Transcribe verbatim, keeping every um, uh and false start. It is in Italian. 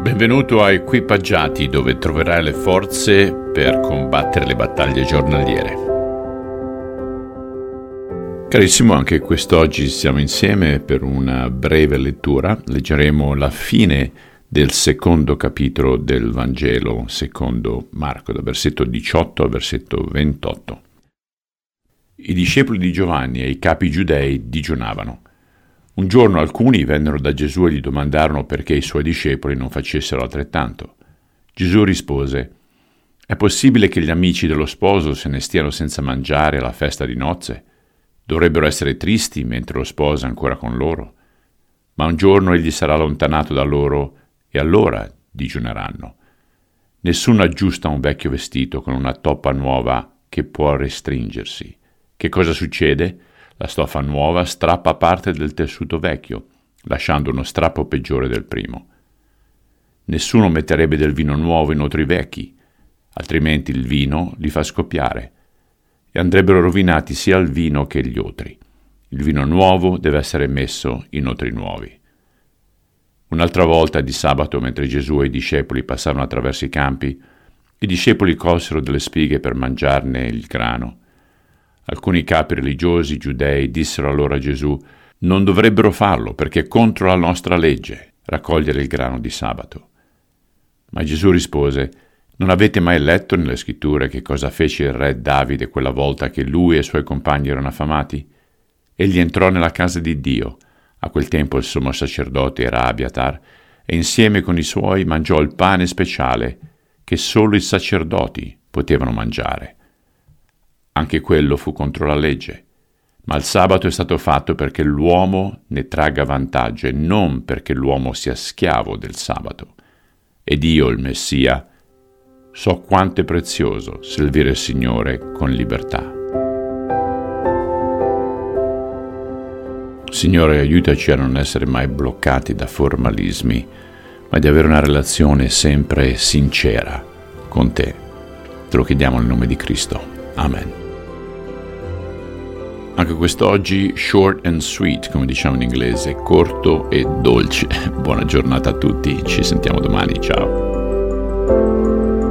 Benvenuto a Equipaggiati, dove troverai le forze per combattere le battaglie giornaliere. Carissimo, anche quest'oggi siamo insieme per una breve lettura. Leggeremo la fine del secondo capitolo del Vangelo secondo Marco, da versetto diciotto al versetto ventotto. I discepoli di Giovanni e i capi giudei digiunavano. Un giorno alcuni vennero da Gesù e gli domandarono perché i suoi discepoli non facessero altrettanto. Gesù rispose: «È possibile che gli amici dello sposo se ne stiano senza mangiare alla festa di nozze? Dovrebbero essere tristi mentre lo sposo è ancora con loro. Ma un giorno egli sarà allontanato da loro e allora digiuneranno. Nessuno aggiusta un vecchio vestito con una toppa nuova che può restringersi. Che cosa succede? La stoffa nuova strappa parte del tessuto vecchio, lasciando uno strappo peggiore del primo. Nessuno metterebbe del vino nuovo in otri vecchi, altrimenti il vino li fa scoppiare, e andrebbero rovinati sia il vino che gli otri. Il vino nuovo deve essere messo in otri nuovi». Un'altra volta di sabato, mentre Gesù e i discepoli passavano attraverso i campi, i discepoli colsero delle spighe per mangiarne il grano. Alcuni capi religiosi giudei dissero allora a Gesù: «Non dovrebbero farlo, perché è contro la nostra legge raccogliere il grano di sabato». Ma Gesù rispose: «Non avete mai letto nelle scritture che cosa fece il re Davide quella volta che lui e i suoi compagni erano affamati? Egli entrò nella casa di Dio, a quel tempo il sommo sacerdote era Abiatar, e insieme con i suoi mangiò il pane speciale che solo i sacerdoti potevano mangiare. Anche quello fu contro la legge, ma il sabato è stato fatto perché l'uomo ne tragga vantaggio e non perché l'uomo sia schiavo del sabato. Ed io, il Messia, so quanto è prezioso servire il Signore con libertà». Signore, aiutaci a non essere mai bloccati da formalismi, ma di avere una relazione sempre sincera con Te. Te lo chiediamo nel nome di Cristo. Amen. Anche quest'oggi short and sweet, come diciamo in inglese, corto e dolce. Buona giornata a tutti, ci sentiamo domani, ciao.